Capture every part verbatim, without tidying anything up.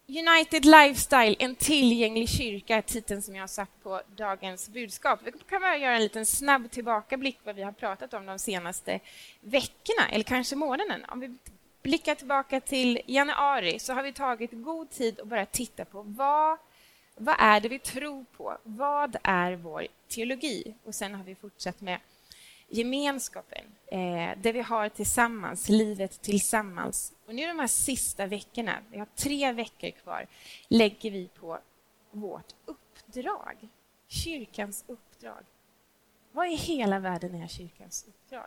United Lifestyle, en tillgänglig kyrka, är titeln som jag har satt på dagens budskap. Vi kan bara göra en liten snabb tillbakablick vad vi har pratat om de senaste veckorna, eller kanske månaden. Om vi blickar tillbaka till januari så har vi tagit god tid att bara titta på vad, vad är det vi tror på? Vad är vår teologi? Och sen har vi fortsatt med gemenskapen, eh, det vi har tillsammans, livet tillsammans. Och nu de här sista veckorna, vi har tre veckor kvar, lägger vi på vårt uppdrag. Kyrkans uppdrag. Vad i hela världen är kyrkans uppdrag?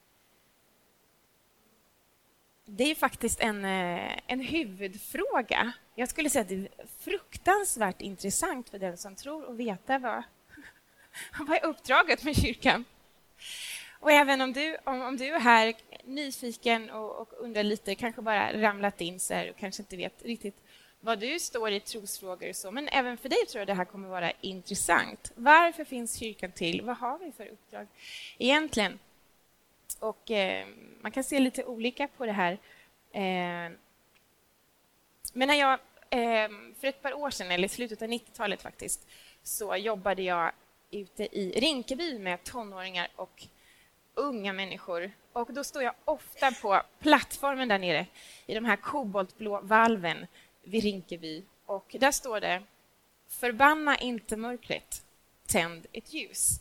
Det är faktiskt en, en huvudfråga. Jag skulle säga att det är fruktansvärt intressant för den som tror och veta vad, vad är uppdraget med kyrkan. Och även om du, om, om du är här nyfiken och, och undrar lite, kanske bara ramlat in så här och kanske inte vet riktigt vad du står i trosfrågor och så. Men även för dig tror jag det här kommer vara intressant. Varför finns kyrkan till? Vad har vi för uppdrag egentligen? Och eh, man kan se lite olika på det här. Eh, men när jag eh, för ett par år sedan, eller i slutet av nittiotalet faktiskt, så jobbade jag ute i Rinkeby med tonåringar och unga människor. Och då står jag ofta på plattformen där nere i de här koboltblå valven vid Rinkeby. Och där står det: förbanna inte mörkret, tänd ett ljus.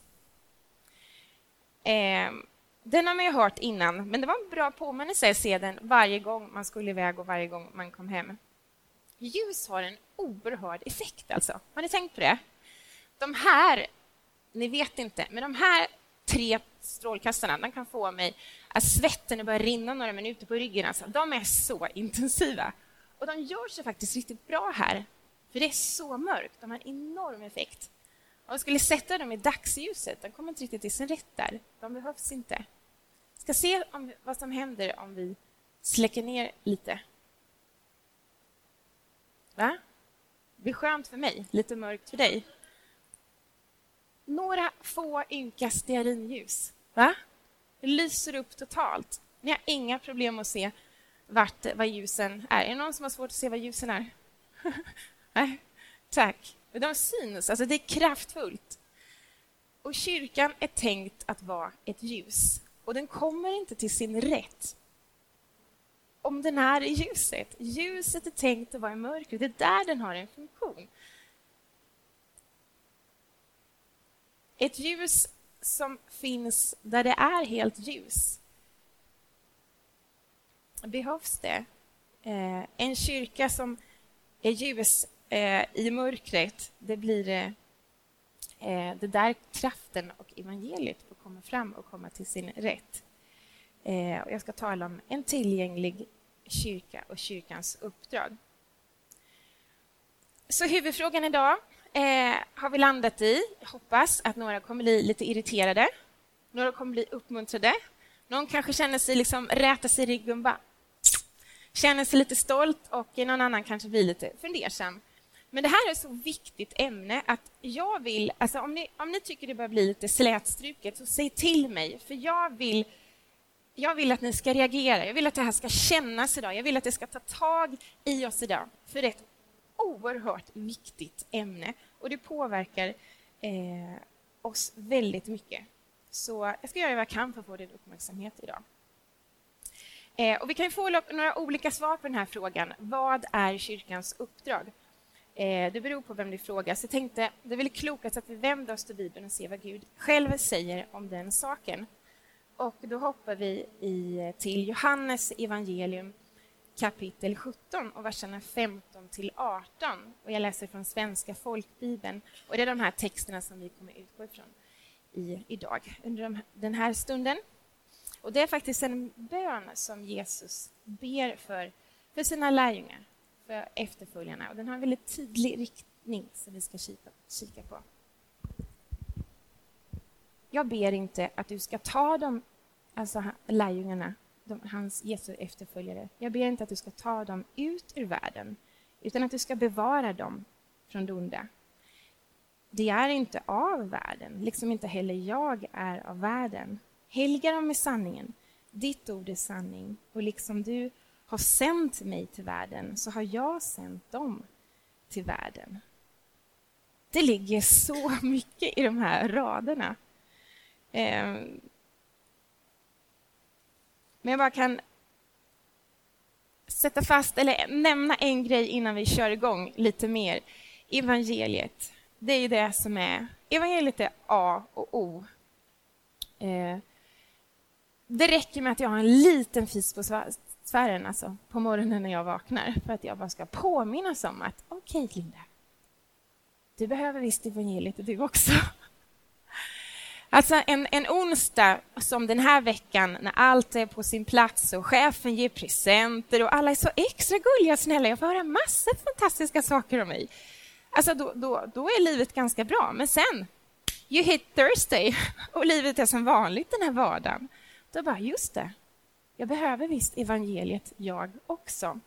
Eh, den har man ju hört innan, men det var en bra påminnelse att se den varje gång man skulle iväg och varje gång man kom hem. Ljus har en oerhörd effekt alltså. Har ni tänkt på det? De här, ni vet inte, men de här tre strålkastarna, de kan få mig att svetten börjar rinna några minuter på ryggen. Alltså. De är så intensiva. Och de gör sig faktiskt riktigt bra här. För det är så mörkt. De har en enorm effekt. Om jag skulle sätta dem i dagsljuset, de kommer inte riktigt till sin rätt där. De behövs inte. Jag ska se om, vad som händer om vi släcker ner lite. Va? Det blir skönt för mig, lite mörkt för dig. Några få ynka stearinljus. Va? Det lyser upp totalt. Ni har inga problem att se vart, vad ljusen är. Är det någon som har svårt att se vad ljusen är? Nej, tack. De syns, alltså det är kraftfullt. Och kyrkan är tänkt att vara ett ljus. Och den kommer inte till sin rätt om den är i ljuset. Ljuset är tänkt att vara i mörkret. Det är där den har en funktion. Ett ljus som finns där det är helt ljus. Behövs det? Eh, en kyrka som är ljus eh, i mörkret, det blir eh, det där kraften och evangeliet får komma fram och komma till sin rätt. Eh, och jag ska tala om en tillgänglig kyrka och kyrkans uppdrag. Så huvudfrågan idag eh, har vi landat i. Jag hoppas att några kommer bli lite irriterade. Några kommer bli uppmuntrade. Någon kanske känner sig liksom räta sig i ryggen, bara känner sig lite stolt, och någon annan kanske blir lite fundersam. Men det här är ett så viktigt ämne att jag vill, alltså om ni, om ni tycker det börjar bli lite slätstruket, så säg till mig, för jag vill Jag vill att ni ska reagera. Jag vill att det här ska kännas idag. Jag vill att det ska ta tag i oss idag. För det är ett oerhört viktigt ämne. Och det påverkar eh, oss väldigt mycket. Så jag ska göra vad jag kan för att få din uppmärksamhet idag. Eh, och vi kan få några olika svar på den här frågan. Vad är kyrkans uppdrag? Eh, det beror på vem du frågar. Så jag tänkte, det är väl klokt att vi vänder oss till Bibeln och ser vad Gud själv säger om den saken. Och då hoppar vi i, till Johannes evangelium kapitel sjutton och verserna femton till arton. Och jag läser från Svenska folkbibeln. Och det är de här texterna som vi kommer utgå ifrån i, idag under de, den här stunden. Och det är faktiskt en bön som Jesus ber för, för sina lärjungar, för efterföljarna. Och den har en väldigt tydlig riktning som vi ska kika, kika på. Jag ber inte att du ska ta dem, alltså lärjungarna, de, hans Jesu efterföljare. Jag ber inte att du ska ta dem ut ur världen, utan att du ska bevara dem från det onda. Det är inte av världen, liksom inte heller jag är av världen. Helga dem med sanningen. Ditt ord är sanning, och liksom du har sänt mig till världen så har jag sänt dem till världen. Det ligger så mycket i de här raderna. Eh, men jag bara kan sätta fast eller nämna en grej innan vi kör igång lite mer. Evangeliet, det är ju det som är, evangeliet är A och O. Eh, det räcker med att jag har en liten fis på sfären, alltså på morgonen när jag vaknar, för att jag bara ska påminnas om att okej, okay, Linda, du behöver visst evangeliet och du också. Alltså en, en onsdag som den här veckan när allt är på sin plats och chefen ger presenter och alla är så extra gulliga och snälla. Jag får höra massor fantastiska saker om mig. Alltså då, då, då är livet ganska bra. Men sen, you hit Thursday och livet är som vanligt den här vardagen. Då bara, just det, jag behöver visst evangeliet jag också.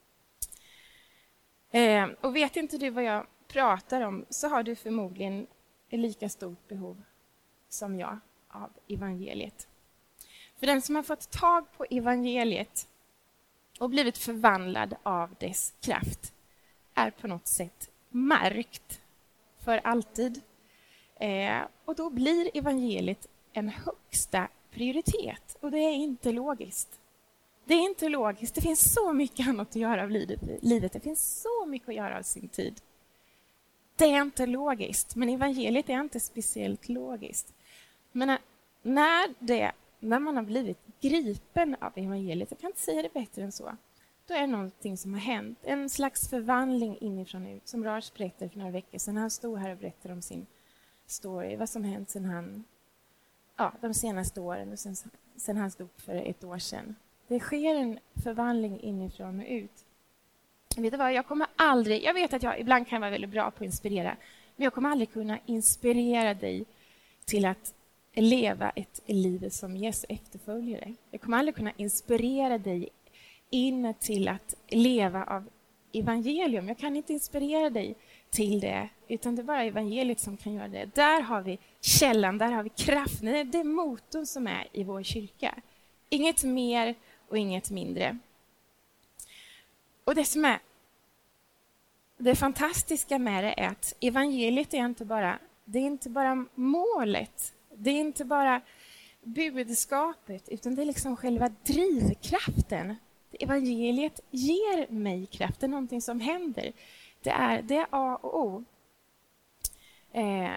Eh, och vet inte du vad jag pratar om så har du förmodligen ett lika stort behov som jag av evangeliet. För den som har fått tag på evangeliet och blivit förvandlad av dess kraft är på något sätt märkt för alltid. Eh, och då blir evangeliet en högsta prioritet. Och det är inte logiskt. Det är inte logiskt. Det finns så mycket annat att göra av livet. Det finns så mycket att göra av sin tid. Det är inte logiskt. Men evangeliet är inte speciellt logiskt. Men när, det, när man har blivit gripen av evangeliet, jag kan inte säga det bättre än så, då är det någonting som har hänt. En slags förvandling inifrån ut, som Rars berättade för några veckor sedan. Han stod här och berättade om sin story, vad som hänt sedan han, ja, de senaste åren och sen, sen han stod för ett år sedan. Det sker en förvandling inifrån och ut. Vet du vad, jag kommer aldrig, jag vet att jag ibland kan vara väldigt bra på att inspirera, men jag kommer aldrig kunna inspirera dig till att leva ett liv som Jesu efterföljare. Jag kommer aldrig kunna inspirera dig in till att leva av evangelium. Jag kan inte inspirera dig till det, utan det är bara evangeliet som kan göra det. Där har vi källan, där har vi kraften. Det är motorn som är i vår kyrka. Inget mer och inget mindre. Och det som är det fantastiska med det är att evangeliet är inte bara, det är inte bara målet. Det är inte bara budskapet, utan det är liksom själva drivkraften. Evangeliet ger mig kraft, det är någonting som händer. Det är, det är A och O. Eh,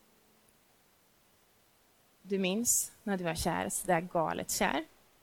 du minns när du var kär, så där galet kär.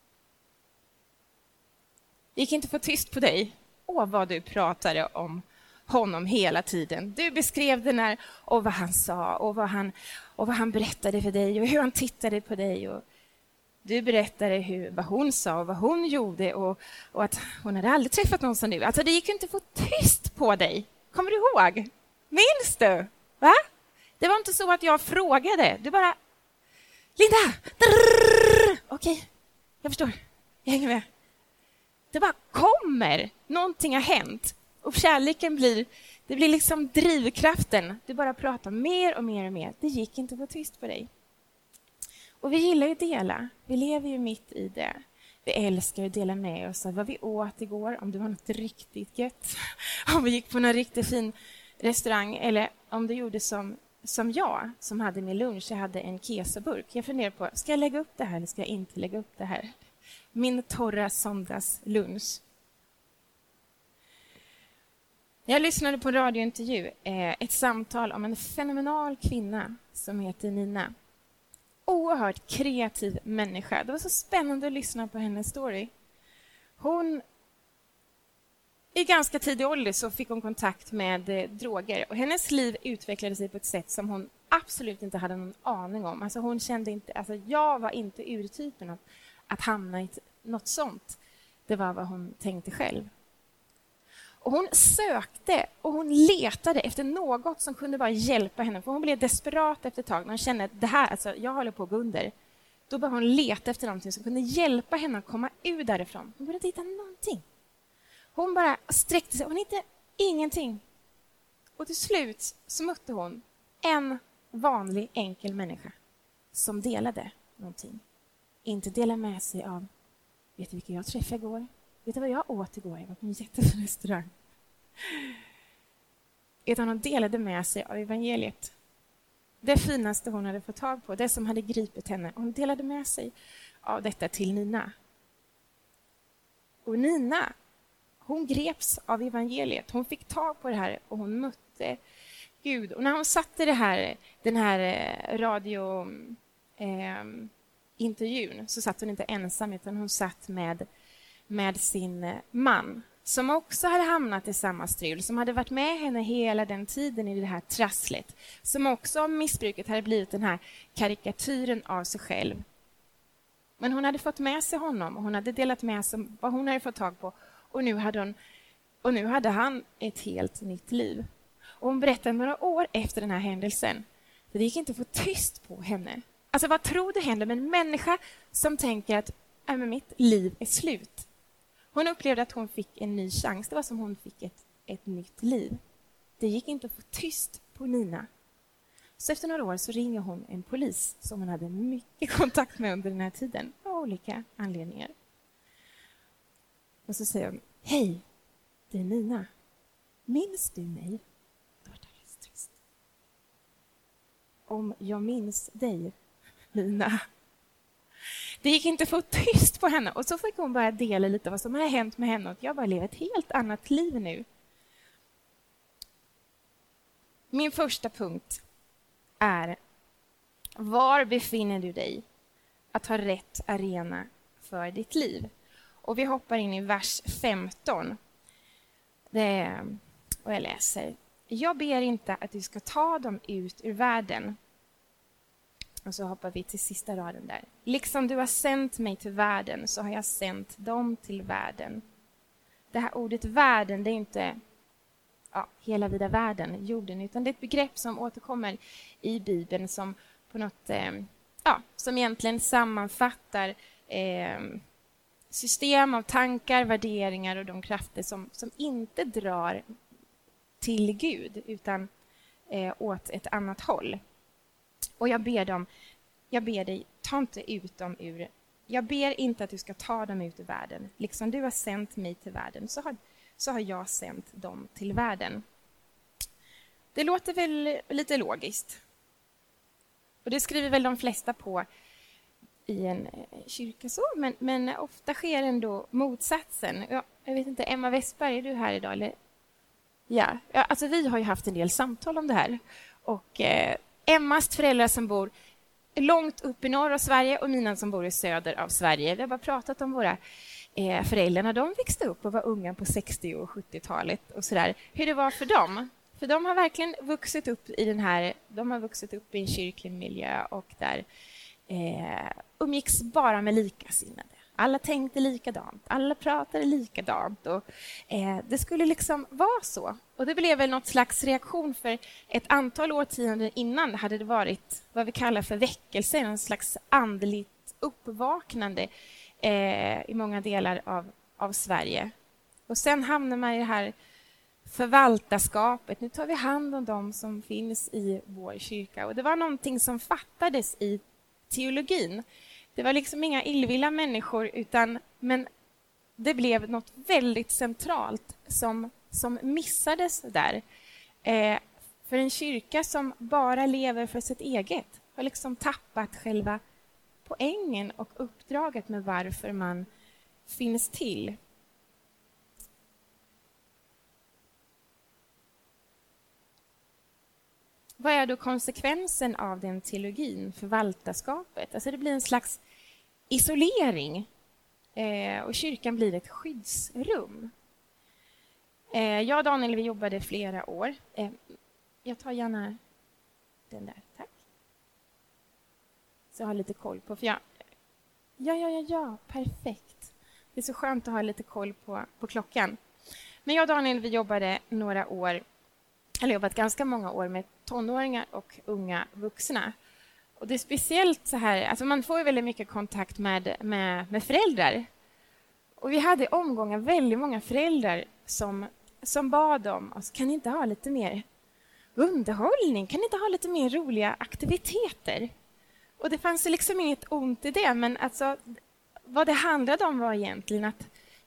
Det gick inte att få tyst på dig. Åh, vad du pratade om honom hela tiden. Du beskrev det när, och vad han sa och vad han, och vad han berättade för dig och hur han tittade på dig. Och du berättade hur, vad hon sa och vad hon gjorde och, och att hon hade aldrig träffat någon som du. Alltså det gick inte att få tyst på dig. Kommer du ihåg? Minns du? Va? Det var inte så att jag frågade. Du bara, Linda! Okej, okay, jag förstår. Jag hänger med. Det bara kommer. Någonting har hänt. Och kärleken blir, det blir liksom drivkraften. Du bara pratar mer och mer och mer. Det gick inte att få tyst på dig. Och vi gillar ju att dela. Vi lever ju mitt i det. Vi älskar att dela med oss av vad vi åt igår. Om det var något riktigt gött. Om vi gick på någon riktigt fin restaurang. Eller om du gjorde som, som jag, som hade min lunch. Jag hade en kesoburk. Jag funderar på, ska jag lägga upp det här eller ska jag inte lägga upp det här? Min torra söndagslunch. Jag lyssnade på en radiointervju, eh, ett samtal om en fenomenal kvinna som heter Nina. Oerhört kreativ människa. Det var så spännande att lyssna på hennes story. Hon, i ganska tidig ålder så fick hon kontakt med eh, droger. Och hennes liv utvecklade sig på ett sätt som hon absolut inte hade någon aning om. Alltså hon kände inte, alltså jag var inte urtypen att, att hamna i något sånt. Det var vad hon tänkte själv. Och hon sökte och hon letade efter något som kunde bara hjälpa henne. För hon blev desperat efter ett tag när hon kände att det här, alltså, jag håller på att gå under. Då började hon leta efter någonting som kunde hjälpa henne att komma ur därifrån. Hon började hitta någonting. Hon bara sträckte sig. Hon hittade ingenting. Och till slut så mötte hon en vanlig enkel människa som delade någonting. Inte dela med sig av, vet du vilka jag träffade igår? Vet du vad jag åt igår? Jag var på en jättefin restaurang. Utan hon delade med sig av evangeliet. Det finaste hon hade fått tag på, det som hade gripit henne. Hon delade med sig av detta till Nina. Och Nina, hon greps av evangeliet. Hon fick tag på det här och hon mötte Gud. Och när hon satte det här, den här radiointervjun eh, så satt hon inte ensam, utan hon satt med, med sin man. Som också hade hamnat i samma strul, som hade varit med henne hela den tiden i det här trasslet. Som också av missbruket hade blivit den här karikatyren av sig själv. Men hon hade fått med sig honom och hon hade delat med sig vad hon hade fått tag på. Och nu hade, hon, och nu hade han ett helt nytt liv. Och hon berättade några år efter den här händelsen. För det gick inte att få tyst på henne. Alltså vad tror du händer med en människa som tänker att äh, men mitt liv är slut? Hon upplevde att hon fick en ny chans. Det var som hon fick ett, ett nytt liv. Det gick inte att få tyst på Nina. Så efter några år så ringer hon en polis som hon hade mycket kontakt med under den här tiden. Av olika anledningar. Och så säger hon, hej, det är Nina. Minns du mig? Då var det alldeles tyst. Om jag minns dig, Nina. Det gick inte att få tyst på henne. Och så fick hon börja dela lite vad som har hänt med henne. Och jag bara lever ett helt annat liv nu. Min första punkt är: var befinner du dig att ha rätt arena för ditt liv? Och vi hoppar in i vers femton. Det, och jag läser. Jag ber inte att du ska ta dem ut ur världen. Och så hoppar vi till sista raden där. Liksom du har sänt mig till världen så har jag sänt dem till världen. Det här ordet världen, det är inte ja, hela vida världen, jorden, utan det är ett begrepp som återkommer i Bibeln som på något, eh, ja, som egentligen sammanfattar eh, system av tankar, värderingar och de krafter som, som inte drar till Gud utan eh, åt ett annat håll. Och jag ber dem, jag ber dig, ta inte ut dem ur, jag ber inte att du ska ta dem ut ur världen. Liksom du har sänt mig till världen så har, så har jag sänt dem till världen. Det låter väl lite logiskt. Och det skriver väl de flesta på i en kyrka så, men, men ofta sker ändå motsatsen. Jag, jag vet inte, Emma Westberg, är du här idag? Eller? Ja, ja, alltså vi har ju haft en del samtal om det här. Och eh, Emmas föräldrar som bor långt upp i norr av Sverige och mina som bor i söder av Sverige. Vi har bara pratat om våra eh, föräldrar när de växte upp och var unga på sextio- och sjuttiotalet och sådär. Hur det var för dem. För de har verkligen vuxit upp i den här, de har vuxit upp i en kyrklig miljö och där eh, umgicks bara med likasinnade. Alla tänkte likadant, alla pratade likadant och eh, det skulle liksom vara så. Och det blev väl något slags reaktion för ett antal årtionden innan hade det varit vad vi kallar för väckelse, en slags andligt uppvaknande eh, i många delar av, av Sverige. Och sen hamnar man i det här förvaltarskapet. Nu tar vi hand om dem som finns i vår kyrka. Och det var någonting som fattades i teologin. Det var liksom inga illvilla människor, utan, men det blev något väldigt centralt som, som missades där. Eh, för en kyrka som bara lever för sitt eget har liksom tappat själva poängen och uppdraget med varför man finns till. Vad är då konsekvensen av den teologin, förvaltarskapet? Alltså det blir en slags isolering eh, och kyrkan blir ett skyddsrum. Eh, jag och Daniel, vi jobbade flera år. Eh, jag tar gärna den där, tack. Så jag har lite koll på, för jag... Ja, ja, ja, ja, perfekt. Det är så skönt att ha lite koll på, på klockan. Men jag och Daniel, vi jobbade några år, eller jobbat ganska många år med tonåringar och unga vuxna. Och det är speciellt så här, alltså man får ju väldigt mycket kontakt med, med, med föräldrar. Och vi hade omgångar väldigt många föräldrar som, som bad om, alltså, kan ni inte ha lite mer underhållning? Kan ni inte ha lite mer roliga aktiviteter? Och det fanns liksom inget ont i det, men alltså, vad det handlade om var egentligen att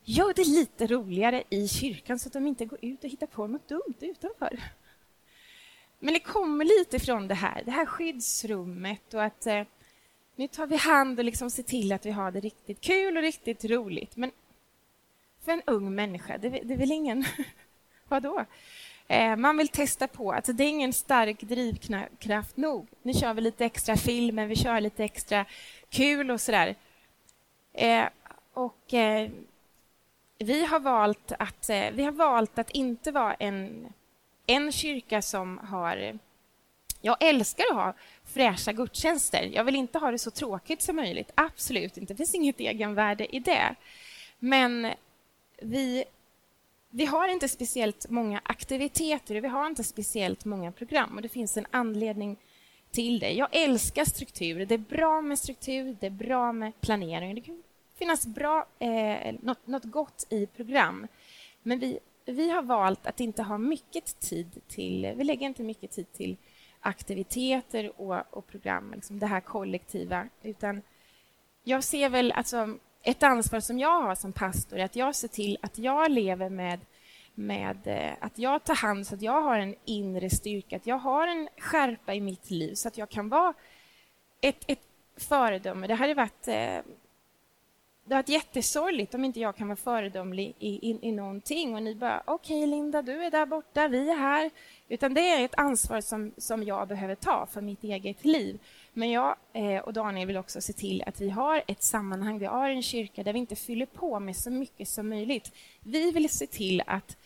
gör det lite roligare i kyrkan så att de inte går ut och hittar på något dumt utanför. Men det kommer lite från det här, det här skyddsrummet och att eh, nu tar vi hand och liksom ser till att vi har det riktigt kul och riktigt roligt. Men för en ung människa, det, det är väl ingen... Vadå? Eh, man vill testa på. Alltså, det är ingen stark drivkraft nog. Nu kör vi lite extra filmer, vi kör lite extra kul och sådär. Eh, och eh, vi har valt att eh, vi har valt att inte vara en, en kyrka som har... Jag älskar att ha fräscha gudstjänster. Jag vill inte ha det så tråkigt som möjligt. Absolut inte. Det finns inget egenvärde i det. Men vi... Vi har inte speciellt många aktiviteter, vi har inte speciellt många program och det finns en anledning till det. Jag älskar struktur, det är bra med struktur, det är bra med planering. Det kan finnas bra, eh, något, något gott i program. Men vi, vi har valt att inte ha mycket tid till, vi lägger inte mycket tid till aktiviteter och, och program, liksom det här kollektiva. Utan jag ser väl, alltså... Ett ansvar som jag har som pastor är att jag ser till att jag lever med, med att jag tar hand så att jag har en inre styrka, att jag har en skärpa i mitt liv så att jag kan vara ett, ett föredöme. Det hade varit, det har varit jättesorgligt om inte jag kan vara föredömlig i, i, i någonting och ni bara, okej okay, Linda, du är där borta, vi är här. Utan det är ett ansvar som, som jag behöver ta för mitt eget liv. Men jag eh, och Daniel vill också se till att vi har ett sammanhang, vi har en kyrka där vi inte fyller på med så mycket som möjligt. Vi vill se till att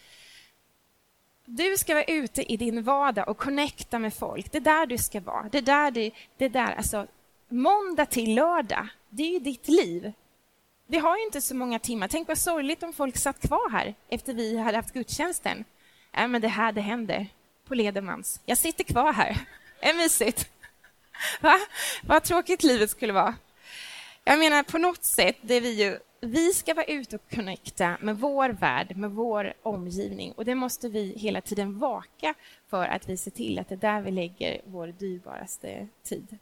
du ska vara ute i din vardag och connecta med folk. Det är där du ska vara. Det är där, det, det är där alltså, måndag till lördag, det är ju ditt liv. Vi har ju inte så många timmar. Tänk vad sorgligt om folk satt kvar här efter vi hade haft gudstjänsten. Ja, men det här, det händer på Ledermans. Jag sitter kvar här. Är mysigt. Va? Vad tråkigt livet skulle vara. Jag menar, på något sätt, det är vi ju... Vi ska vara ute och connecta med vår värld, med vår omgivning. Och det måste vi hela tiden vaka för att vi ser till att det är där vi lägger vår dyrbaraste tid.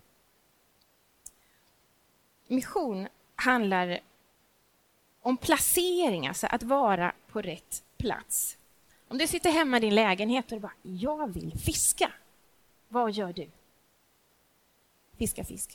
Mission handlar om placering, alltså att vara på rätt plats. Om du sitter hemma i din lägenhet och du bara, jag vill fiska. Vad gör du? Fiska fisk.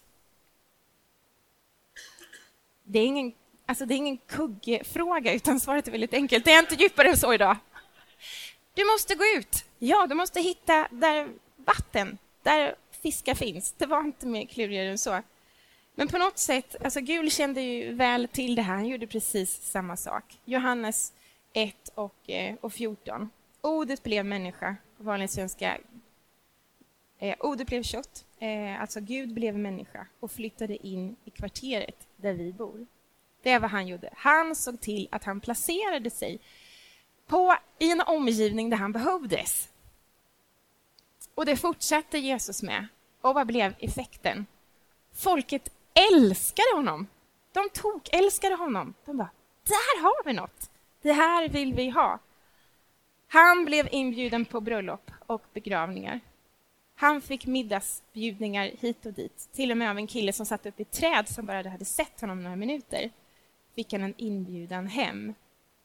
Det är ingen, alltså det är ingen kuggfråga utan svaret är väldigt enkelt. Det är inte djupare än så idag. Du måste gå ut. Ja, du måste hitta där vatten, där fiskar finns. Det var inte mer klurigare än så. Men på något sätt, alltså Gud kände ju väl till det här. Han gjorde precis samma sak. Johannes ett och, och fjorton. Ordet blev människa, på vanlig svenska. Eh, ordet blev kött. Eh, alltså Gud blev människa och flyttade in i kvarteret där vi bor. Det är vad han gjorde. Han såg till att han placerade sig på, i en omgivning där han behövdes. Och det fortsatte Jesus med. Och vad blev effekten? Folket älskade honom. De tog älskade honom. De bara, där har vi något. Det här vill vi ha. Han blev inbjuden på bröllop och begravningar. Han fick middagsbjudningar hit och dit. Till och med av en kille som satt upp i ett träd som bara hade sett honom några minuter. Fick han en inbjudan hem.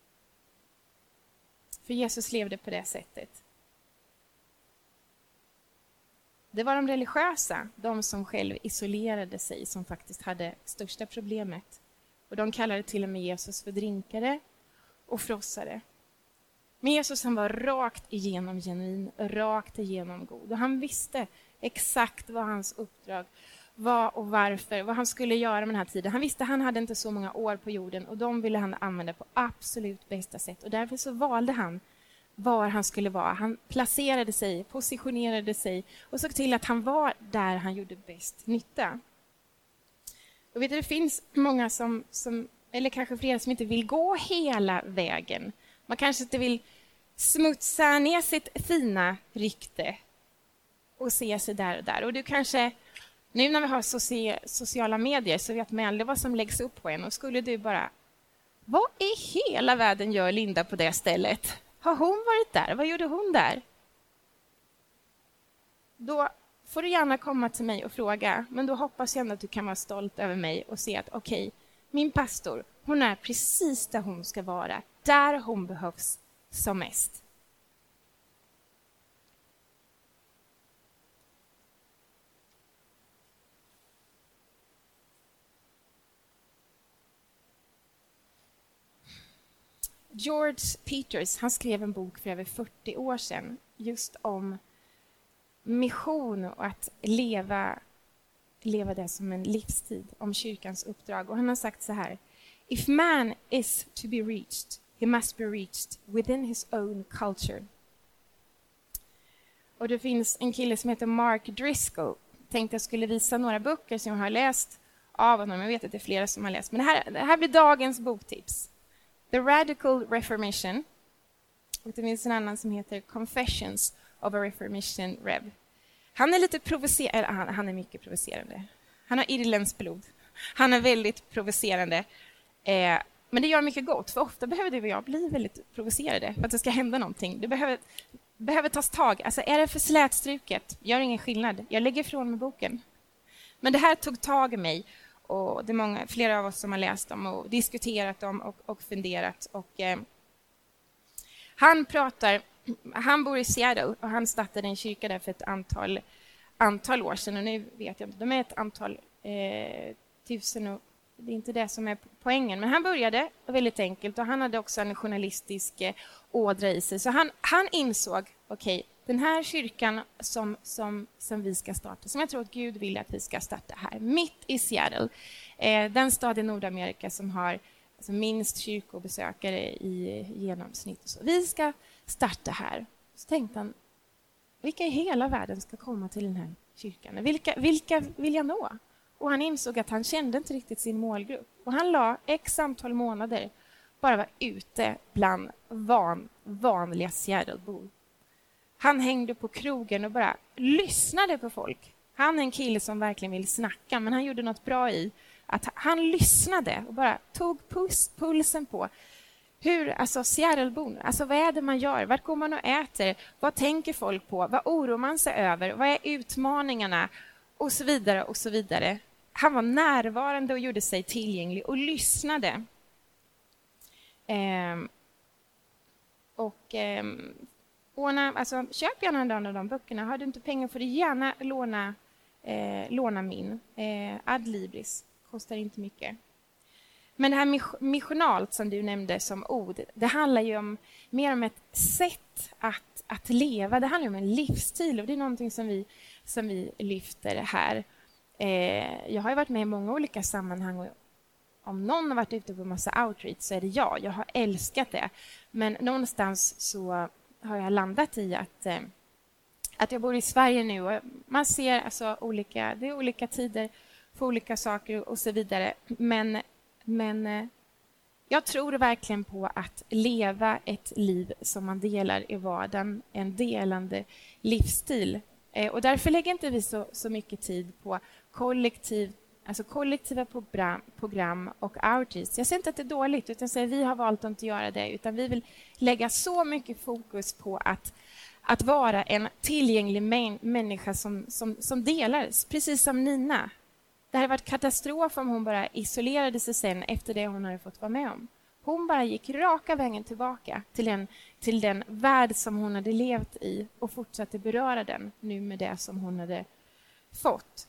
För Jesus levde på det sättet. Det var de religiösa, de som själv isolerade sig, som faktiskt hade största problemet. Och de kallade till och med Jesus för drinkare och frossare. Men Jesus, han var rakt igenom genuin, rakt igenom god. Och han visste exakt vad hans uppdrag var och varför, vad han skulle göra med den här tiden. Han visste att han hade inte så många år på jorden och de ville han använda på absolut bästa sätt. Och därför så valde han var han skulle vara. Han placerade sig, positionerade sig och såg till att han var där han gjorde bäst nytta. Och vet du, det finns många som, som, eller kanske flera som inte vill gå hela vägen. Man kanske inte vill smutsa ner sitt fina rykte och se sig där och där. Och du kanske, nu när vi har socia- sociala medier så vet man aldrig vad som läggs upp på en. Och skulle du bara, vad i hela världen gör Linda på det stället? Har hon varit där? Vad gjorde hon där? Då får du gärna komma till mig och fråga. Men då hoppas jag ändå att du kan vara stolt över mig och se att okej, okay, min pastor, hon är precis där hon ska vara. Där hon behövs som mest. George Peters, han skrev en bok för över fyrtio år sedan just om mission och att leva, leva det som en livstid, om kyrkans uppdrag. Och han har sagt så här: If man is to be reached, he must be reached within his own culture. Och det finns en kille som heter Mark Driscoll. Tänkte jag skulle visa några böcker som jag har läst av honom. Jag vet att det är flera som har läst. Men det här, det här blir dagens boktips. The Radical Reformation. Och det finns en annan som heter Confessions of a Reformation Rev. Han är lite provocerande. Han, han är mycket provocerande. Han har irländskt blod. Han är väldigt provocerande. Eh, men det gör mycket gott. För ofta behöver du och jag bli väldigt provocerade för att det ska hända någonting. Det behöver, behöver tas tag. Alltså är det för slätstruket? Gör ingen skillnad. Jag lägger ifrån mig boken. Men det här tog tag i mig. Och det är många, flera av oss som har läst dem och diskuterat dem och, och funderat. Och, eh, han pratar, han bor i Seattle och han startade en kyrka där för ett antal, antal år sedan. Och nu vet jag inte, de är ett antal eh, tusen och det är inte det som är poängen. Men han började väldigt enkelt och han hade också en journalistisk eh, ådra i sig. Så han, han insåg, okej, okay, den här kyrkan som, som, som vi ska starta, som jag tror att Gud vill att vi ska starta här, mitt i Seattle, eh, den stad i Nordamerika som har alltså, minst kyrkobesökare i genomsnitt. Och så. Vi ska starta här. Så tänkte han, vilka i hela världen ska komma till den här kyrkan? Vilka, vilka vill jag nå? Och han insåg att han kände inte riktigt sin målgrupp. Och han la x antal månader bara vara ute bland van, vanliga Seattlebor. Han hängde på krogen och bara lyssnade på folk. Han är en kille som verkligen vill snacka, men han gjorde något bra i att han lyssnade och bara tog puls, pulsen på hur, alltså Seattlebon, alltså vad är det man gör? Vart går man och äter? Vad tänker folk på? Vad oroar man sig över? Vad är utmaningarna? Och så vidare och så vidare. Han var närvarande och gjorde sig tillgänglig och lyssnade. Ehm, och ehm, ordna, alltså, köp gärna en av de böckerna. Har du inte pengar får du gärna låna, eh, låna min. Eh, Ad Libris. Kostar inte mycket. Men det här missionalt som du nämnde som ord, det handlar ju om mer om ett sätt att, att leva. Det handlar om en livsstil och det är någonting som vi, som vi lyfter här. Eh, jag har ju varit med i många olika sammanhang och om någon har varit ute på en massa outreach så är det jag. Jag har älskat det. Men någonstans så har jag landat i att, eh, att jag bor i Sverige nu och man ser alltså olika, det är olika tider för olika saker och så vidare. Men, men eh, jag tror verkligen på att leva ett liv som man delar i vardagen, en delande livsstil. Eh, och därför lägger inte vi så, så mycket tid på kollektiv, alltså kollektiva program, program och outreach. Jag säger inte att det är dåligt, utan säger vi har valt att inte göra det, utan vi vill lägga så mycket fokus på att, att vara en tillgänglig mä- människa som, som, som delar, precis som Nina. Det hade varit katastrof om hon bara isolerade sig sen efter det hon hade fått vara med om. Hon bara gick raka vägen tillbaka till den, till den värld som hon hade levt i och fortsatte beröra den nu med det som hon hade fått.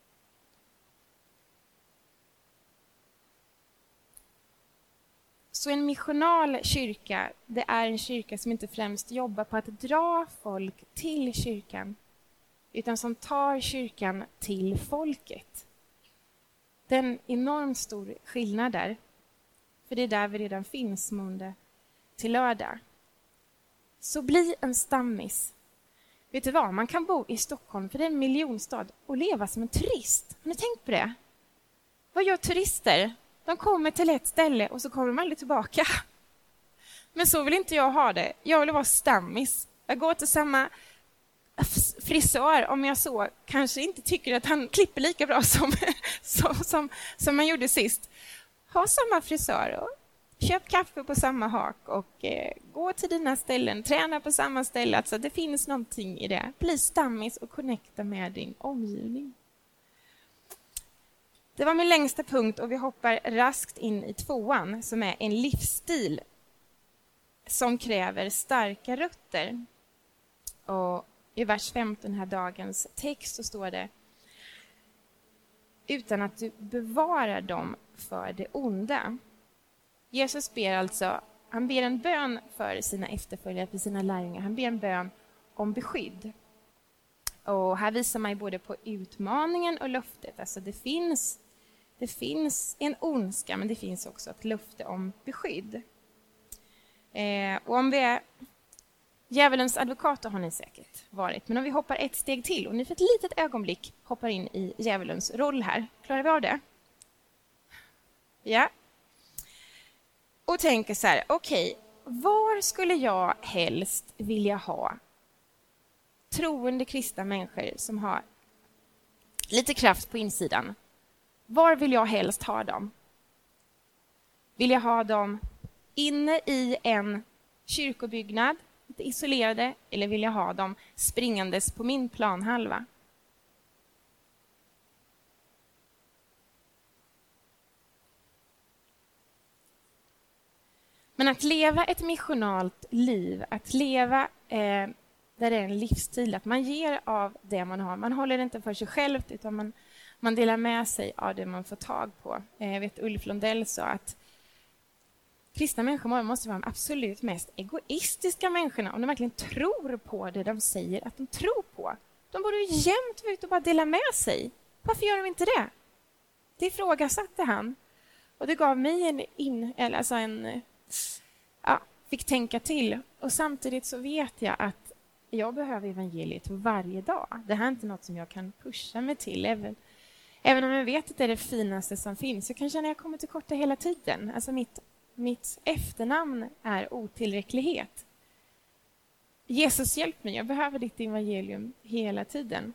Så en missional kyrka, det är en kyrka som inte främst jobbar på att dra folk till kyrkan, utan som tar kyrkan till folket. Det är en enormt stor skillnad där. För det är där vi redan finns måndag till lördag. Så bli en stammis. Vet du vad? Man kan bo i Stockholm, för det är en miljonstad, och leva som en turist. Har ni tänkt på det? Vad gör turister? De kommer till ett ställe och så kommer de aldrig tillbaka. Men så vill inte jag ha det. Jag vill vara stammis. Jag går till samma frisör om jag så kanske inte tycker att han klipper lika bra som, som, som, som man gjorde sist. Ha samma frisör och köp kaffe på samma hak och eh, gå till dina ställen, träna på samma ställe. Alltså det finns någonting i det. Bli stammis och connecta med din omgivning. Det var min längsta punkt och vi hoppar raskt in i tvåan som är en livsstil som kräver starka rötter. Och i vers femton här dagens text så står det: utan att du bevarar dem för det onda. Jesus ber alltså, han ber en bön för sina efterföljare, för sina lärjungar. Han ber en bön om beskydd. Och här visar man ju både på utmaningen och löftet. Alltså det finns, det finns en ondska, men det finns också ett löfte om beskydd. Eh, och om vi är djävulens advokater har ni säkert varit. Men om vi hoppar ett steg till och ni för ett litet ögonblick hoppar in i djävulens roll här. Klarar vi av det? Ja. Och tänker så här, okej, okay, var skulle jag helst vilja ha troende kristna människor som har lite kraft på insidan? Var vill jag helst ha dem? Vill jag ha dem inne i en kyrkobyggnad, lite isolerade, eller vill jag ha dem springandes på min planhalva? Men att leva ett missionalt liv, att leva eh, där det är en livsstil, att man ger av det man har. Man håller det inte för sig själv, utan man, man delar med sig av det man får tag på. Eh, jag vet Ulf Lundell sa att kristna människor måste vara de absolut mest egoistiska människorna om de verkligen tror på det de säger att de tror på. De borde ju jämt vara ute och bara dela med sig. Varför gör de inte det? Det ifrågasatte han. Och det gav mig en, in, eller alltså en ja, fick tänka till. Och samtidigt så vet jag att jag behöver evangeliet varje dag. Det här är inte något som jag kan pusha mig till. Även, även om jag vet att det är det finaste som finns. Jag kan känna att jag kommer till korta hela tiden. Alltså mitt, mitt efternamn är otillräcklighet. Jesus, hjälp mig. Jag behöver ditt evangelium hela tiden.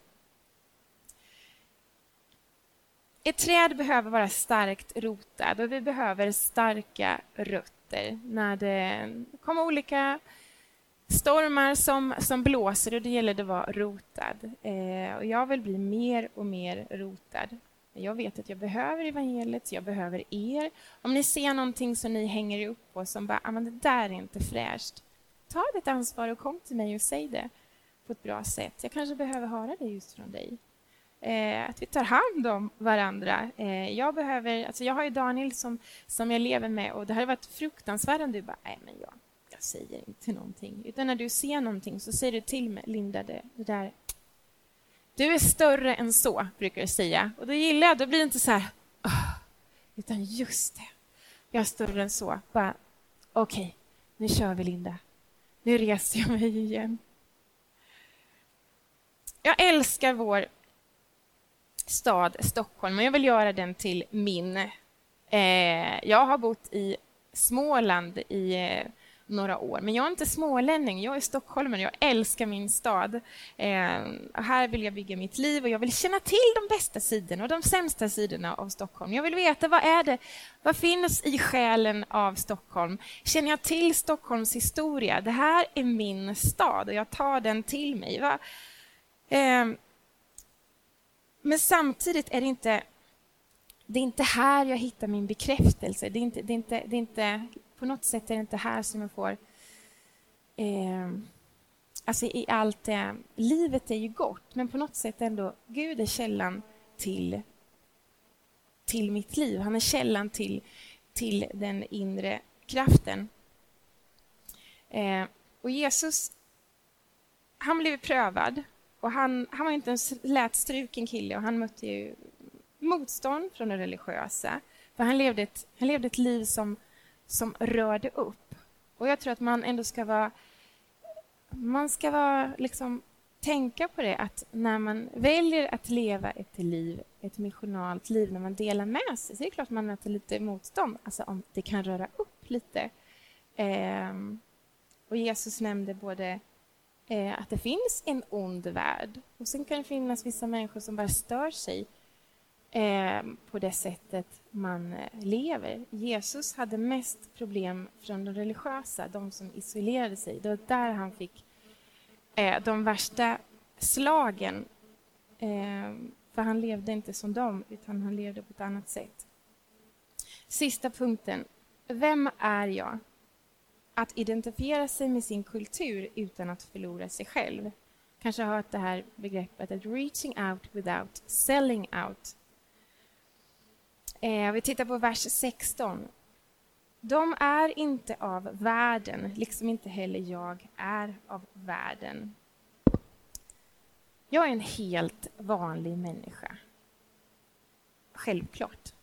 Ett träd behöver vara starkt rotad och vi behöver starka rötter när det kommer olika stormar som, som blåser, och det gäller att vara rotad. Eh, och jag vill bli mer och mer rotad. Jag vet att jag behöver evangeliet, jag behöver er. Om ni ser någonting som ni hänger upp på som bara, ah, men det där är inte fräscht. Ta ditt ansvar och kom till mig och säg det på ett bra sätt. Jag kanske behöver höra det just från dig. Eh, att vi tar hand om varandra. Eh, jag behöver, alltså jag har ju Daniel som, som jag lever med, och det har varit fruktansvärt om du bara, nej men jag, jag säger inte någonting. Utan när du ser någonting så säger du till mig, Linda, det, det där, du är större än så, brukar jag säga. Och då gillar jag, då blir det inte så här, oh, utan just det, jag är större än så. Bara, okej, okay, nu kör vi, Linda. Nu reser jag mig igen. Jag älskar vår stad Stockholm, men jag vill göra den till min. Eh, jag har bott i Småland i eh, några år, men jag är inte smålänning, jag är stockholmare. Jag älskar min stad. Eh, och här vill jag bygga mitt liv och jag vill känna till de bästa sidorna och de sämsta sidorna av Stockholm. Jag vill veta, vad är det? Vad finns i själen av Stockholm? Känner jag till Stockholms historia? Det här är min stad och jag tar den till mig. Va? Eh, Men samtidigt är det inte, det är inte här jag hittar min bekräftelse. Det är inte, det är inte, det är inte, på något sätt är det inte här som jag får... Eh, alltså i allt det, livet är ju gott, men på något sätt ändå, Gud är källan till, till mitt liv. Han är källan till, till den inre kraften. Eh, och Jesus, han blev prövad. Och han, han var inte en lätstruken kille, och han mötte ju motstånd från det religiösa. För han levde ett, han levde ett liv som, som rörde upp. Och jag tror att man ändå ska vara... Man ska vara, liksom, tänka på det, att när man väljer att leva ett liv, ett missionalt liv, när man delar med sig, så är det klart att man möter lite motstånd. Alltså om det kan röra upp lite. Ehm, och Jesus nämnde både... att det finns en ond värld. Och sen kan det finnas vissa människor som bara stör sig eh, på det sättet man lever. Jesus hade mest problem från de religiösa, de som isolerade sig. Det var där han fick eh, de värsta slagen. Eh, För han levde inte som dem, utan han levde på ett annat sätt. Sista punkten. Vem är jag? Att identifiera sig med sin kultur utan att förlora sig själv. Kanske har hört det här begreppet att reaching out without selling out. Eh, vi tittar på vers sexton. De är inte av världen, liksom inte heller jag är av världen. Jag är en helt vanlig människa. Självklart.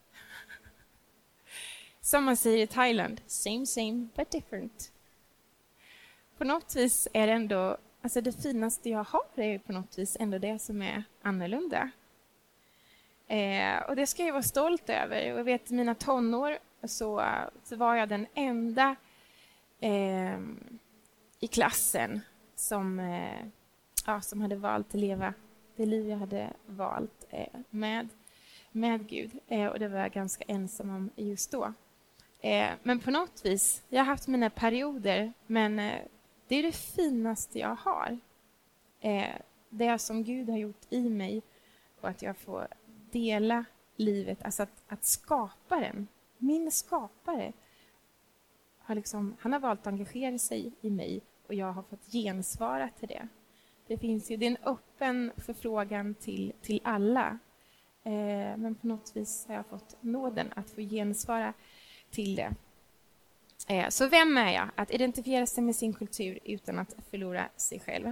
Som man säger i Thailand, same same but different. På något vis är det ändå, alltså det finaste jag har är på något vis ändå det som är annorlunda. Eh, och det ska jag vara stolt över. Och jag vet i mina tonår så, så var jag den enda eh, i klassen som, eh, ja, som hade valt att leva det liv jag hade valt eh, med, med Gud. Eh, och det var jag ganska ensam om just då. Eh, men på något vis, jag har haft mina perioder, men eh, det är det finaste jag har. Eh, det som Gud har gjort i mig och att jag får dela livet, alltså att, att skapa den. Min skapare har liksom, han har valt att engagera sig i mig och jag har fått gensvara till det. Det finns ju, det är en öppen förfrågan till, till alla. Eh, men på något vis har jag fått nåden att få gensvara till det. Eh, så vem är jag? Att identifiera sig med sin kultur utan att förlora sig själv.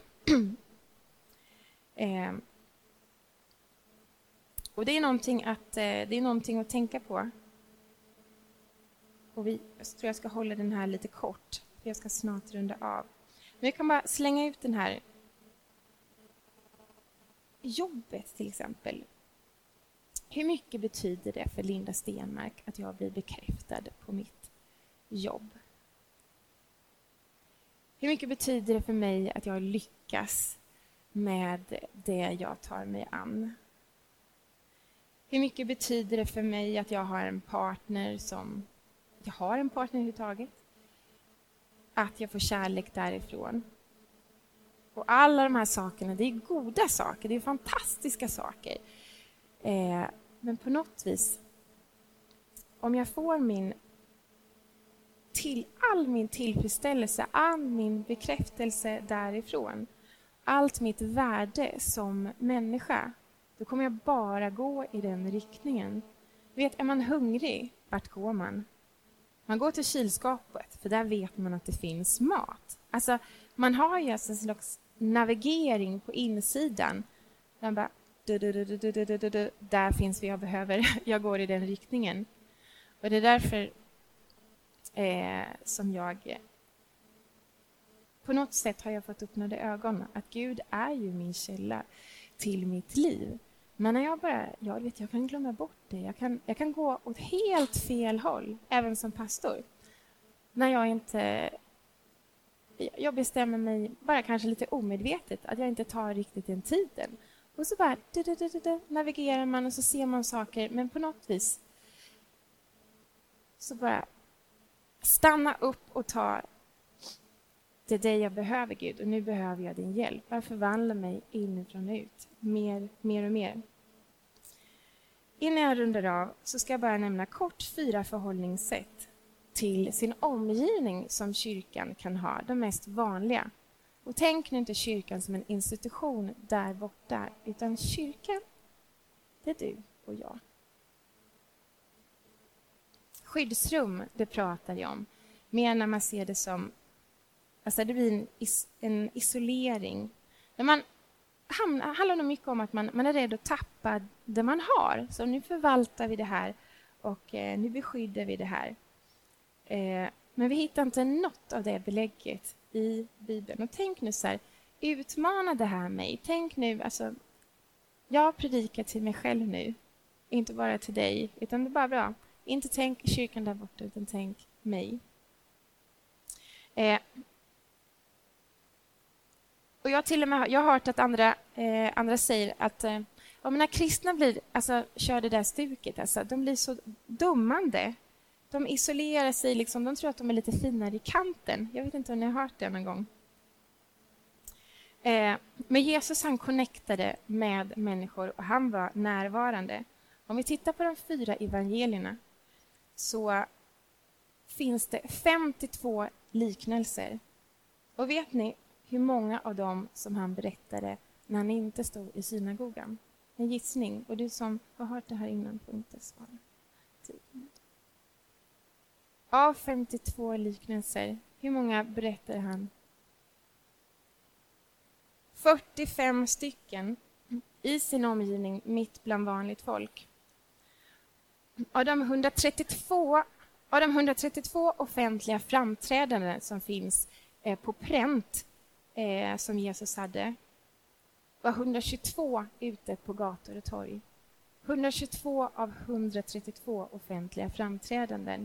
eh, och det är någonting att, eh, det är någonting att tänka på. Och vi, jag tror jag ska hålla den här lite kort. För jag ska snart runda av. Men jag kan bara slänga ut den här. Jobbet till exempel. Hur mycket betyder det för Linda Stenmark att jag blir bekräftad på mitt jobb? Hur mycket betyder det för mig att jag lyckas med det jag tar mig an? Hur mycket betyder det för mig att jag har en partner som... Jag har en partner överhuvudtaget. Att jag får kärlek därifrån. Och alla de här sakerna, det är goda saker. Det är fantastiska saker. Eh, men på något vis, om jag får min till all min tillfredsställelse, all min bekräftelse därifrån, allt mitt värde som människa, då kommer jag bara gå i den riktningen. Vet, är man hungrig, vart går man? Man går till kylskåpet, för där vet man att det finns mat. Alltså, man har ju en slags navigering på insidan. Man bara, du, du, du, du, du, du, du, där finns vad jag behöver. Jag går i den riktningen. Och det är därför eh, som jag... På något sätt har jag fått öppnade ögon. Att Gud är ju min källa till mitt liv. Men när jag bara... Jag vet, jag kan glömma bort det. Jag kan, jag kan gå åt helt fel håll. Även som pastor. När jag inte... Jag bestämmer mig, bara kanske lite omedvetet, att jag inte tar riktigt den tiden. Och så bara du, du, du, du, navigerar man och så ser man saker. Men på något vis så bara stanna upp och ta det är det jag behöver, Gud. Och nu behöver jag din hjälp. Bara förvandla mig inifrån och ut. Mer, mer och mer. Innan jag rundar av så ska jag bara nämna kort fyra förhållningssätt till sin omgivning som kyrkan kan ha. De mest vanliga. Och tänk nu inte kyrkan som en institution där borta. Utan kyrkan, det är du och jag. Skyddsrum, det pratar jag om. Mer när man ser det som... Alltså det blir en, is, en isolering. När man hamnar, handlar det mycket om att man, man är rädd att tappa det man har. Så nu förvaltar vi det här och eh, nu beskyddar vi det här. Eh, men vi hittar inte något av det belägget i Bibeln. Och tänk nu så här, utmana det här mig. Tänk nu, alltså, jag predikar till mig själv nu. Inte bara till dig, utan det är bara bra. Inte tänk kyrkan där borta, utan tänk mig. Eh, och jag till och med jag har hört att andra, eh, andra säger att eh, ja, men när kristna blir, alltså, kör det där stuket, alltså, de blir så dummande. De isolerar sig, liksom, de tror att de är lite finare i kanten. Jag vet inte om ni har hört det någon gång. Eh, Men Jesus han connectade med människor och han var närvarande. Om vi tittar på de fyra evangelierna så finns det femtiotvå liknelser. Och vet ni hur många av dem som han berättade när han inte stod i synagogan? En gissning. Och du som har hört det här innan får inte svara. Av femtiotvå liknelser, hur många berättar han? fyrtiofem stycken i sin omgivning mitt bland vanligt folk. Av de hundratrettiotvå, av de hundratrettiotvå offentliga framträdanden som finns eh, på pränt eh, som Jesus hade var hundratjugotvå ute på gator och torg. hundratjugotvå av hundratrettiotvå offentliga framträdanden.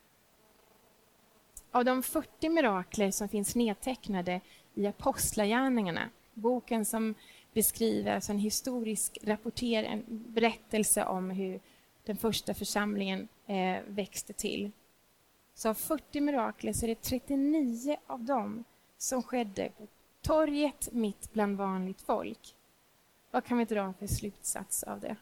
Av de fyrtio mirakler som finns nedtecknade i Apostlagärningarna, boken som beskriver alltså en historisk rapporter, en berättelse om hur den första församlingen eh, växte till. Så av fyrtio mirakler så är det trettionio av dem som skedde på torget mitt bland vanligt folk. Vad kan vi dra för slutsats av det?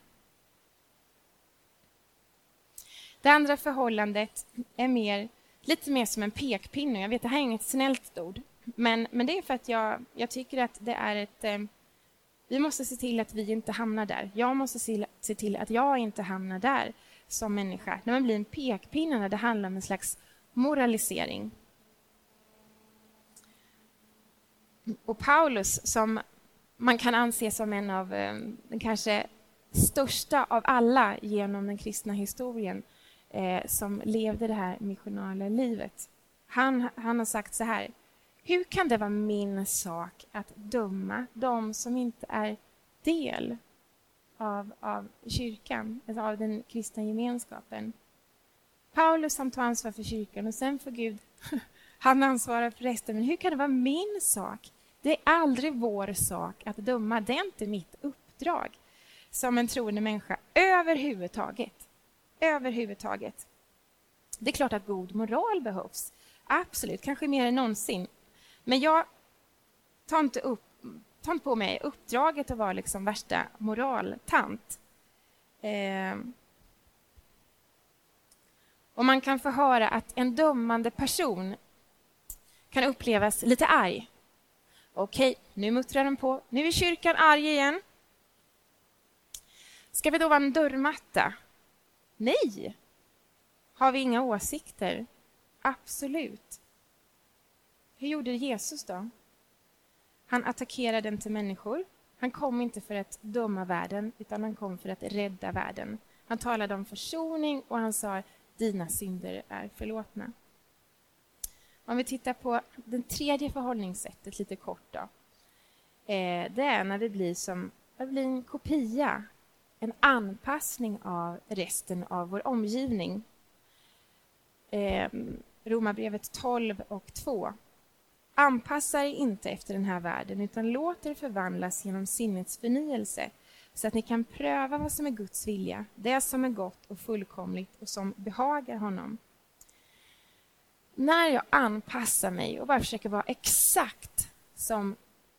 Det andra förhållandet är mer, lite mer som en pekpinne. Jag vet, det här är inget snällt ord. Men, men det är för att jag, jag tycker att det är ett... Eh, vi måste se till att vi inte hamnar där. Jag måste se, se till att jag inte hamnar där som människa. När man blir en pekpinne, när det handlar om en slags moralisering. Och Paulus, som man kan anse som en av eh, den kanske största av alla genom den kristna historien, eh, som levde det här missionala livet. Han, han har sagt så här: hur kan det vara min sak att döma de som inte är del av, av kyrkan, alltså av den kristna gemenskapen? Paulus han tar ansvar för kyrkan och sen för Gud. Han ansvarar för resten. Men hur kan det vara min sak? Det är aldrig vår sak att döma. Det är inte mitt uppdrag som en troende människa överhuvudtaget. Överhuvudtaget. Det är klart att god moral behövs. Absolut, kanske mer än någonsin. Men jag tar inte, upp, tar inte på mig uppdraget att vara liksom värsta moraltant. Eh, och man kan få höra att en dömande person kan upplevas lite arg. Okej, nu muttrar den på. Nu är kyrkan arg igen. Ska vi då vara en dörrmatta? Nej. Har vi inga åsikter? Absolut. Hur gjorde Jesus då? Han attackerade inte människor. Han kom inte för att döma världen, utan han kom för att rädda världen. Han talade om försoning och han sa: dina synder är förlåtna. Om vi tittar på det tredje förhållningssättet lite kort då. Eh, det är när det blir som det blir en kopia, en anpassning av resten av vår omgivning. Eh, Romarbrevet tolv och två. Anpassa er inte efter den här världen, utan låt er förvandlas genom sinnets förnyelse, så att ni kan pröva vad som är Guds vilja, det som är gott och fullkomligt och som behagar honom. När jag anpassar mig och bara försöker vara exakt som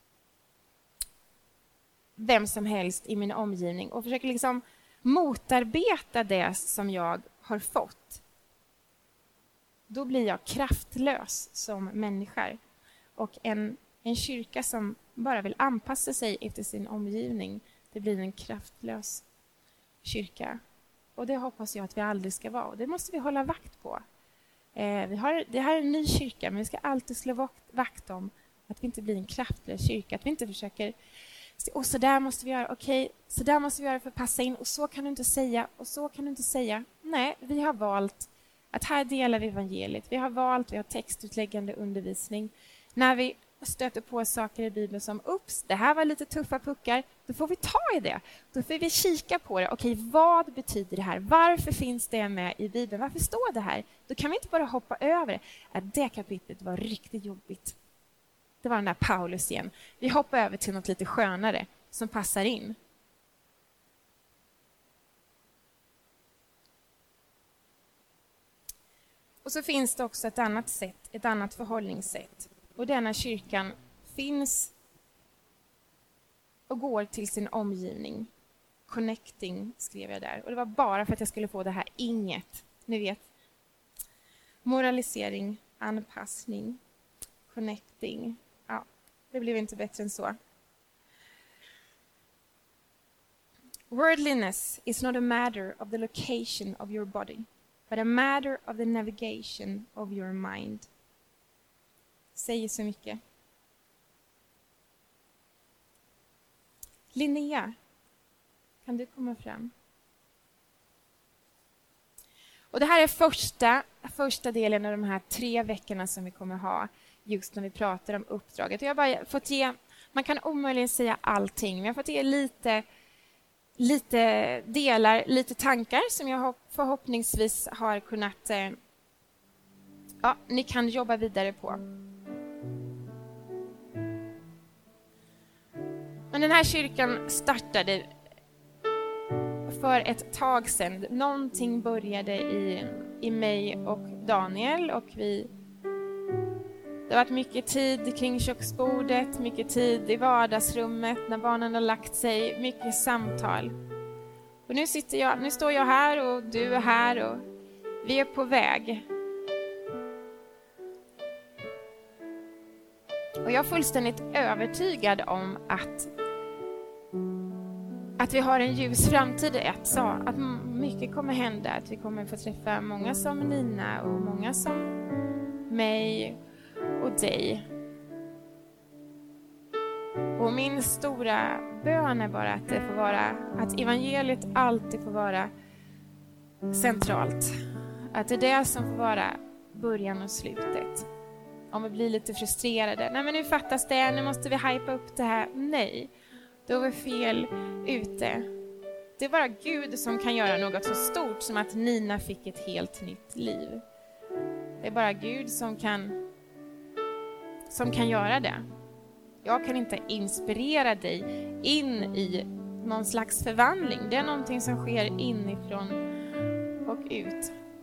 vem som helst i min omgivning och försöker liksom motarbeta det som jag har fått, då blir jag kraftlös som människa. Och en, en kyrka som bara vill anpassa sig efter sin omgivning, det blir en kraftlös kyrka. Och det hoppas jag att vi aldrig ska vara. Och det måste vi hålla vakt på. Eh, vi har, det här är en ny kyrka, men vi ska alltid slå vakt, vakt om att vi inte blir en kraftlös kyrka. Att vi inte försöker, och så där måste vi göra, okej, så där måste vi göra för att passa in. Och så kan du inte säga, och så kan du inte säga. Nej, vi har valt att här delar vi evangeliet. Vi har valt, vi har textutläggande undervisning. När vi stöter på saker i Bibeln som ups, det här var lite tuffa puckar, då får vi ta i det. Då får vi kika på det. Okej, vad betyder det här? Varför finns det med i Bibeln? Varför står det här? Då kan vi inte bara hoppa över det. Att det kapitlet var riktigt jobbigt. Det var den där Paulus igen. Vi hoppar över till något lite skönare som passar in. Och så finns det också ett annat sätt, ett annat förhållningssätt. Och denna kyrkan finns och går till sin omgivning. Connecting skrev jag där. Och det var bara för att jag skulle få det här inget. Ni vet. Moralisering, anpassning, connecting. Ja, det blev inte bättre än så. Worldliness is not a matter of the location of your body, but a matter of the navigation of your mind. Säger så mycket. Linnea, kan du komma fram? Och det här är första, första delen av de här tre veckorna som vi kommer ha just när vi pratar om uppdraget. Jag har bara fått ge, man kan omöjligen säga allting, men jag har fått ge lite, lite delar, lite tankar som jag förhoppningsvis har kunnat, ja, ni kan jobba vidare på. Men den här kyrkan startade för ett tag sedan. Någonting började i, i mig och Daniel. Och vi, det har varit mycket tid kring köksbordet, mycket tid i vardagsrummet när barnen har lagt sig, mycket samtal. Och nu, sitter jag, nu står jag här och du är här och vi är på väg. Och jag är fullständigt övertygad om att Att vi har en ljus framtid i ett så. Att mycket kommer hända. Att vi kommer få träffa många som Nina och många som mig och dig. Och min stora bön är bara att det får vara, att evangeliet alltid får vara centralt. Att det är det som får vara början och slutet. Om vi blir lite frustrerade. Nej, men nu fattas det. Nu måste vi hypa upp det här. Nej. Då var fel ute. Det är bara Gud som kan göra något så stort som att Nina fick ett helt nytt liv. Det är bara Gud som kan, som kan göra det. Jag kan inte inspirera dig in i någon slags förvandling. Det är någonting som sker inifrån och ut.